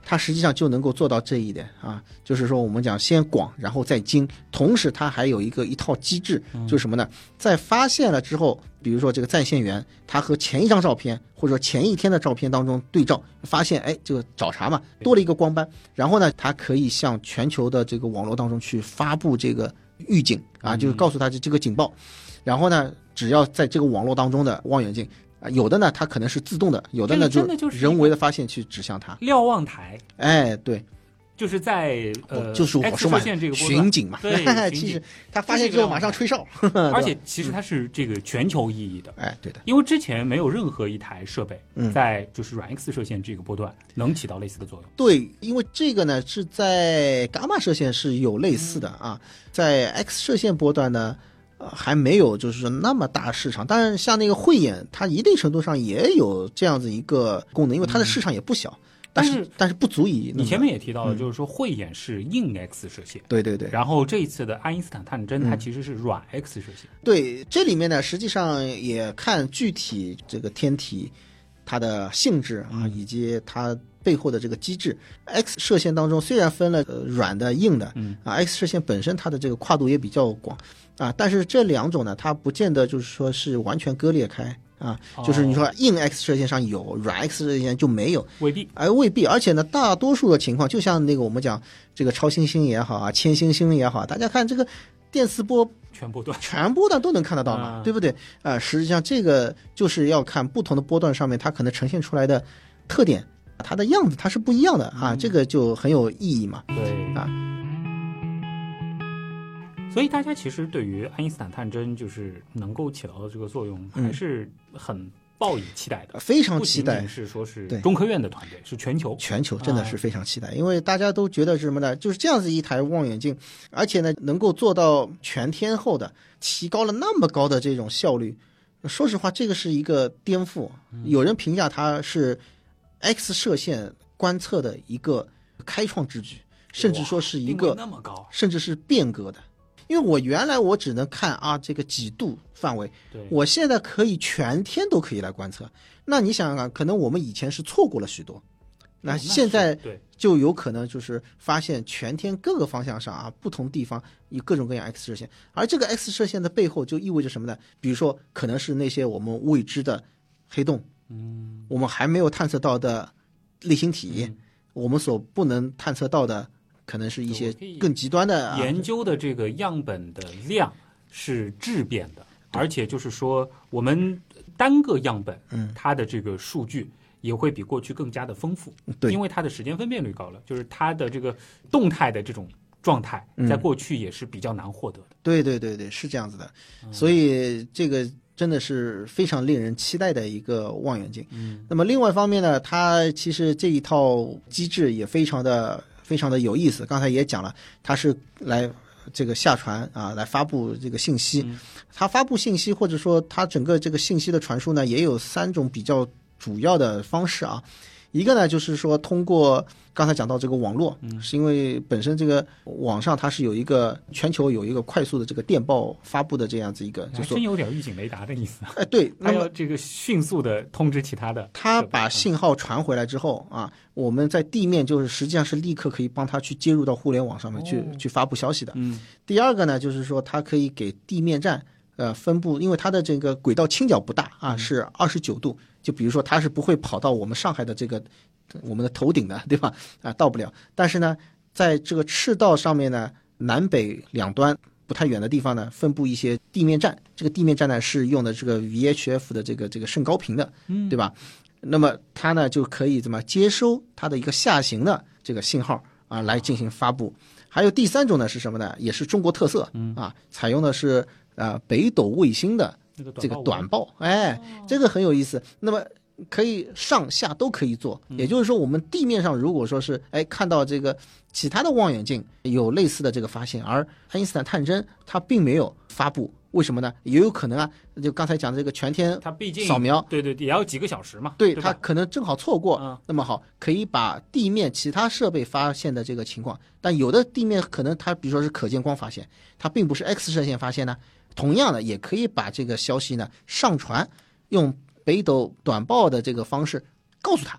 它实际上就能够做到这一点啊，就是说我们讲先广然后再精，同时它还有一个一套机制，就是什么呢？在发现了之后，比如说这个在线员，他和前一张照片或者说前一天的照片当中对照，发现哎，这个找茬嘛，多了一个光斑，然后呢，它可以向全球的这个网络当中去发布这个预警啊，就是告诉他这个警报，然后呢，只要在这个网络当中的望远镜。有的呢，它可能是自动的，有的呢就人为的发现去指向它。 瞭望台， 哎，对， 就是在呃， 就是我说嘛，巡警嘛。 对， 其实他发现之后马上吹哨， 而且其实它是这个全球意义的。 哎，对的， 因为之前没有任何一台设备在就是软 X 射线这个波段能起到类似的作用。 对，因为这个呢是在伽马射线是有类似的啊，在 X 射线波段呢。还没有就是说那么大市场，当然像那个慧眼，它一定程度上也有这样子一个功能，因为它的市场也不小，嗯、但是但是不足以。 你前面也提到了，就是说慧眼是硬 X 射线， 对对对。 然后这一次的爱因斯坦探针，它其实是软 X 射线。 嗯、对，这里面呢，实际上也看具体这个天体它的性质啊， 嗯、 以及它背后的这个机制。X 射线当中虽然分了、呃、软的、硬的， 嗯啊 ，X 射线本身它的这个跨度也比较广。啊，但是这两种呢，它不见得就是说是完全割裂开啊， 哦、 就是你说硬 X 射线上有，软 X 射线就没有， 未必， 哎，未必。而且呢，大多数的情况，就像那个我们讲这个超新星也好啊，千星星也好，大家看这个电磁波全波段， 全波段都能看得到嘛，嗯、对不对？啊、呃，实际上这个就是要看不同的波段上面它可能呈现出来的特点，它的样子它是不一样的啊，嗯、这个就很有意义嘛。 对啊。 所以大家其实对于爱因斯坦探针就是能够起到的这个作用，还是很抱以期待的， 嗯、非常期待。 不仅仅是说是中科院的团队，是全球， 全球真的是非常期待，啊、因为大家都觉得是什么呢？就是这样子一台望远镜，而且呢能够做到全天候的，提高了那么高的这种效率。说实话，这个是一个颠覆。 嗯、 有人评价它是 X 射线观测的一个开创之举，甚至说是一个那么高， 甚至是变革的。因为我原来我只能看啊这个几度范围，我现在可以全天都可以来观测。那你想想看，可能我们以前是错过了许多，那现在就有可能就是发现全天各个方向上啊不同地方有各种各样 X 射线，而这个 X 射线的背后就意味着什么呢？比如说可能是那些我们未知的黑洞， 嗯， 我们还没有探测到的类星体， 嗯、 我们所不能探测到的。可能是一些更极端的、啊、 研究的这个样本的量是质变的，而且就是说我们单个样本， 嗯， 它的这个数据也会比过去更加的丰富， 对， 因为它的时间分辨率高了，就是它的这个动态的这种状态，在过去也是比较难获得的。 嗯、对对对对，是这样子的，嗯、所以这个真的是非常令人期待的一个望远镜。 嗯， 那么另外一方面呢，它其实这一套机制也非常的。非常的有意思，刚才也讲了，它是来这个下传啊，来发布这个信息。 嗯、 它发布信息或者说它整个这个信息的传输呢，也有三种比较主要的方式啊。一个呢，就是说通过刚才讲到这个网络， 嗯、 是因为本身这个网上它是有一个全球有一个快速的这个电报发布的这样子一个， 还真有点预警雷达的意思。 哎，对， 它要这个迅速的通知其他的。 它把信号传回来之后啊，我们在地面就是实际上是立刻可以帮它去接入到互联网上面去、哦、去发布消息的。 嗯。 第二个呢，就是说它可以给地面站呃分布，因为它的这个轨道倾角不大啊， 嗯、 是二十九度。就比如说它是不会跑到我们上海的这个我们的头顶的，对吧？啊，到不了。但是呢，在这个赤道上面呢，南北两端不太远的地方呢，分布一些地面站。这个地面站呢是用的这个 V H F 的这个这个甚高频的， 嗯， 对吧？那么它呢就可以怎么接收它的一个下行的这个信号啊，来进行发布。还有第三种呢是什么呢？也是中国特色， 嗯啊，采用的是呃北斗卫星的这个短报，哎，这个很有意思。那么可以上下都可以做，也就是说我们地面上如果说是哎看到这个其他的望远镜有类似的这个发现，而爱因斯坦探针它并没有发布，为什么呢？也有可能啊，就刚才讲的这个全天它毕竟扫描， 对对，也要几个小时嘛， 对， 对它可能正好错过。 嗯、 那么好，可以把地面其他设备发现的这个情况，但有的地面可能它比如说是可见光发现，它并不是 X 射线发现呢，同样的也可以把这个消息呢上传，用北斗短报的这个方式告诉他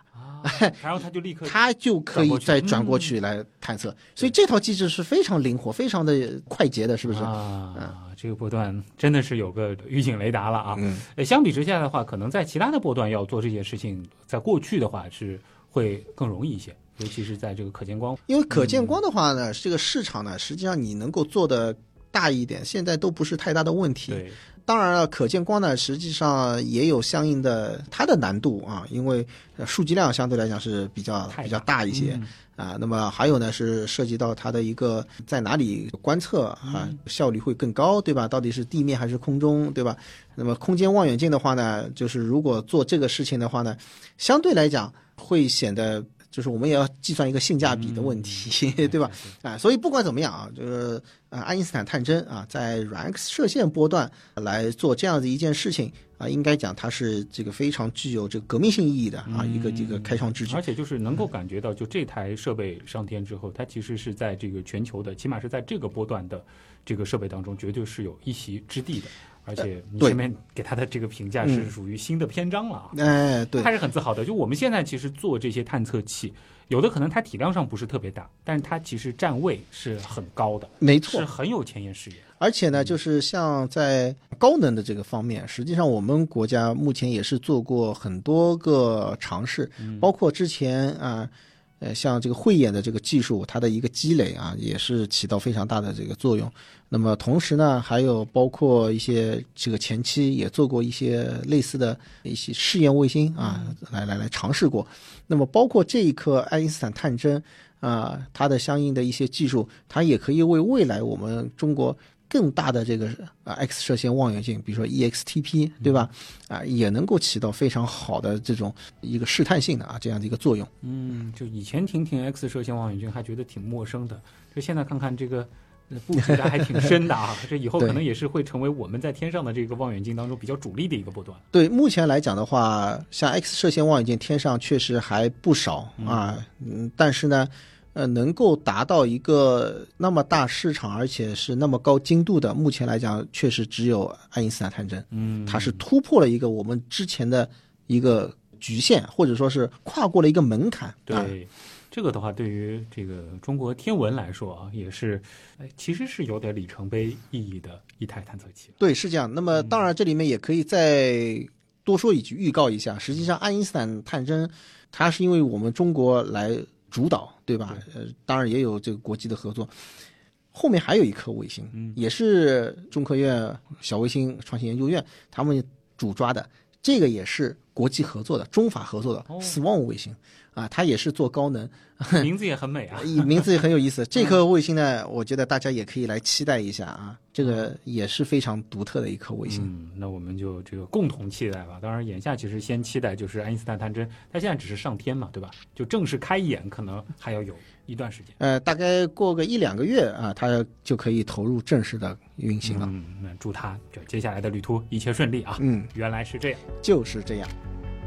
然后它就立刻它就可以再转过去来探测，嗯、所以这套机制是非常灵活、非常的快捷的，是不是？ 啊，嗯、这个波段真的是有个预警雷达了啊！ 嗯， 相比之下的话，可能在其他的波段要做这件事情，在过去的话是会更容易一些，尤其是在这个可见光。 因为可见光的话呢，嗯、这个市场呢，实际上你能够做的大一点，现在都不是太大的问题。 对。 当然了，可见光呢，实际上也有相应的它的难度啊，因为数据量相对来讲是比较比较大一些、嗯、啊。那么还有呢，是涉及到它的一个在哪里观测啊， 嗯、 效率会更高，对吧？到底是地面还是空中，对吧？那么空间望远镜的话呢，就是如果做这个事情的话呢，相对来讲会显得。就是我们也要计算一个性价比的问题，嗯、对吧？啊，所以不管怎么样啊，就是呃，爱因斯坦探针啊，在软 X 射线波段来做这样的一件事情啊，应该讲它是这个非常具有这个革命性意义的啊，嗯、一个这个开创之举。 而且就是能够感觉到，就这台设备上天之后，它其实是在这个全球的，起码是在这个波段的这个设备当中，绝对是有一席之地的。而且你前面给他的这个评价是属于新的篇章了啊！ 哎，对， 他是很自豪的。就我们现在其实做这些探测器，有的可能它体量上不是特别大，但是它其实站位是很高的， 没错， 是很有前沿视野。 而且呢，就是像在高能的这个方面，实际上我们国家目前也是做过很多个尝试， 嗯、 包括之前啊。呃，像这个慧眼的这个技术，它的一个积累啊，也是起到非常大的这个作用。那么同时呢，还有包括一些这个前期也做过一些类似的一些试验卫星啊，来来来尝试过。那么包括这一颗爱因斯坦探针啊，它的相应的一些技术，它也可以为未来我们中国更大的这个啊 X 射线望远镜，比如说 E X T P， 对吧？啊，也能够起到非常好的这种一个试探性的啊这样的一个作用。 嗯，就以前听听 X 射线望远镜还觉得挺陌生的，就现在看看这个布局的还挺深的啊。这以后可能也是会成为我们在天上的这个望远镜当中比较主力的一个波段。 对，目前来讲的话，像 X 射线望远镜天上确实还不少啊，嗯，但是呢。呃，能够达到一个那么大市场，而且是那么高精度的，目前来讲确实只有爱因斯坦探针， 嗯， 它是突破了一个我们之前的一个局限，或者说是跨过了一个门槛。 对， 啊、 这个的话，对于这个中国天文来说啊，也是，其实是有点里程碑意义的一台探测器。 对，是这样。那么当然，这里面也可以再多说一句，预告一下，实际上爱因斯坦探针，它是因为我们中国来主导，对吧？呃，当然也有这个国际的合作。后面还有一颗卫星， 嗯、 也是中科院小卫星创新研究院他们主抓的，这个也是国际合作的，中法合作的 Swan 卫星、哦、啊，它也是做高能， 名字也很美啊， 名字也很有意思。这颗卫星呢，我觉得大家也可以来期待一下啊，这个也是非常独特的一颗卫星。 嗯，那我们就这个共同期待吧。当然，眼下其实先期待就是爱因斯坦探针，它现在只是上天嘛，对吧？就正式开眼可能还要有一段时间。 呃，大概过个一两个月啊，它就可以投入正式的运行了。 嗯，那祝他这接下来的旅途一切顺利啊。 嗯， 原来是这样， 就是这样。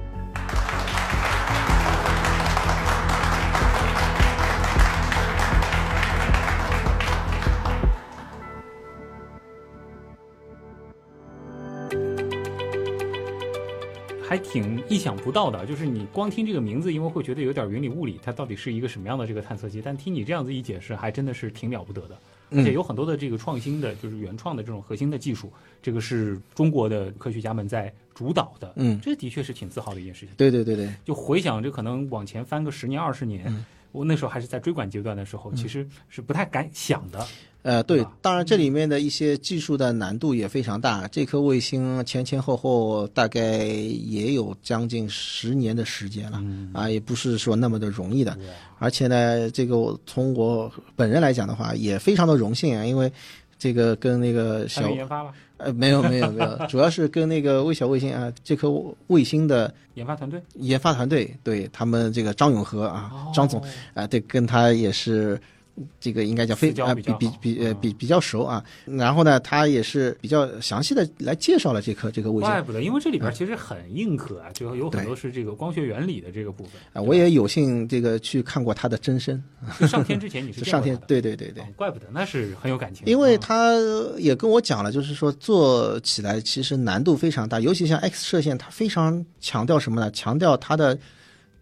还挺意想不到的，就是你光听这个名字，因为会觉得有点云里雾里，它到底是一个什么样的这个探测器？但听你这样子一解释，还真的是挺了不得的，而且有很多的这个创新的，就是原创的这种核心的技术，这个是中国的科学家们在主导的， 嗯， 这的确是挺自豪的一件事情。 对对对对， 就回想这可能往前翻个十年二十年。嗯，我那时候还是在追赶阶段的时候，其实是不太敢想的。 呃，对，当然这里面的一些技术的难度也非常大。这颗卫星前前后后大概也有将近十年的时间了， 嗯、 啊，也不是说那么的容易的。而且呢，这个我从我本人来讲的话，也非常的荣幸啊，因为这个跟那个小研发了。 呃，没有没有没有，主要是跟那个微小卫星啊，这颗卫星的研发团队， 研发团队对他们这个张永和啊， 哦、 张总啊、呃，对，跟他也是这个应该讲非啊比比比呃比比较熟啊。然后呢，他也是比较详细的来介绍了这颗这个卫星。 怪不得，因为这里边其实很硬核啊，就有很多是这个光学原理的这个部分啊。我也有幸这个去看过他的真身。 就上天之前你是上天，对对对对、 哦，怪不得，那是很有感情。 因为他也跟我讲了，就是说做起来其实难度非常大，尤其像 X 射线，它非常强调什么呢？强调它的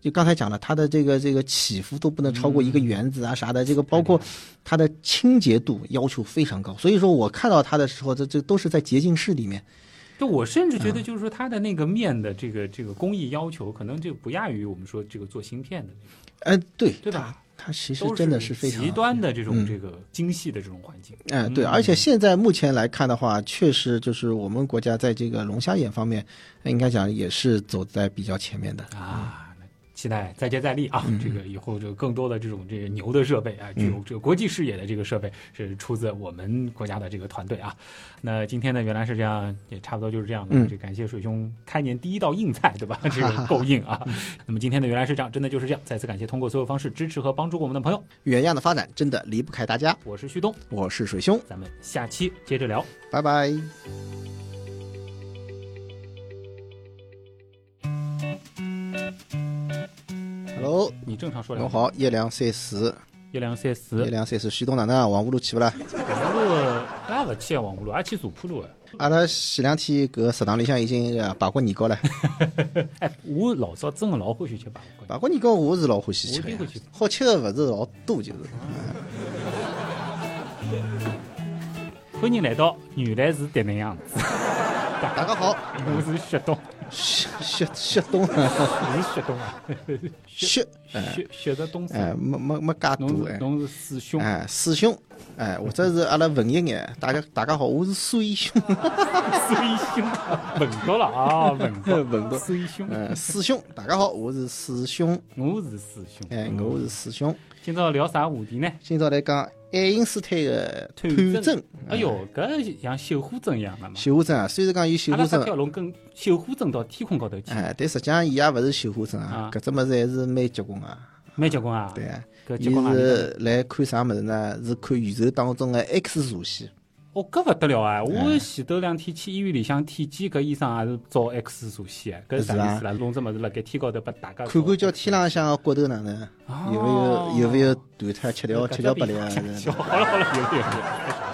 就刚才讲了，它的这个这个起伏都不能超过一个原子啊啥的，这个包括它的清洁度要求非常高。所以说我看到它的时候，这这都是在洁净室里面。 就我甚至觉得，就是说它的那个面的这个这个工艺要求，可能就不亚于我们说这个做芯片的。 哎，对， 对吧？ 它其实真的是非常极端的这种这个精细的这种环境。 哎、嗯，对，而且现在目前来看的话，确实就是我们国家在这个龙虾眼方面，应该讲也是走在比较前面的啊。期待再接再厉啊！嗯、这个以后这个更多的这种这个牛的设备啊，具有这个国际视野的这个设备是出自我们国家的这个团队啊。那今天呢，原来是这样，也差不多就是这样的。嗯、这感谢水兄开年第一道硬菜，对吧？这个够硬啊！那么今天的原来是这样，真的就是这样。再次感谢通过所有方式支持和帮助我们的朋友。 原样的发展真的离不开大家。 我是旭东， 我是水兄， 咱们下期接着聊， 拜拜。Hello， 你正常说两。好，一两三四， 一两三四， 一两三四。旭东哪能黄河路去不啦？ 黄河路，阿勿去黄河路，阿去茶浦路啊。 阿拉前两天搿食堂里向已经摆过年糕了。 哎，我老早真的老欢喜吃摆过。 摆过年糕我是老欢喜吃的，好吃的勿是老多就是。 欢迎来到原来是这能样子。 大家好， 我是薛东。 薛薛薛东啊， 你是薛东啊？ 薛薛薛的东西。 哎，没没没介多哎。 侬是师兄。 哎，师兄。哎，或者是阿拉文一眼，大家大家好，我是水兄。 水兄，文到了啊，文到文到。 水兄。 嗯，师兄，大家好，我是师兄。 我是师兄。 哎，我是师兄。 今朝聊啥话题呢？ 今朝来讲爱因斯坦的探针。 哎哟，搿像绣花针一样的嘛。 绣花针啊，虽然讲有绣花针， 阿拉条龙跟绣花针到天空高头去。 哎，但实际上伊也勿是绣花针啊，搿只物事还是蛮结棍啊。 蛮结棍啊。 对啊。 伊是来看啥物事呢？是看宇宙当中的 X 射线。 哦，搿勿得了啊！我前头两天去医院里向体检，搿医生也是照 X 射线，搿是啥意思啦？弄只物事辣盖天高头拨大家看看叫天浪向个骨头哪能，有没有有没有断脱七条七条八条啊？ 好了好了，有有有。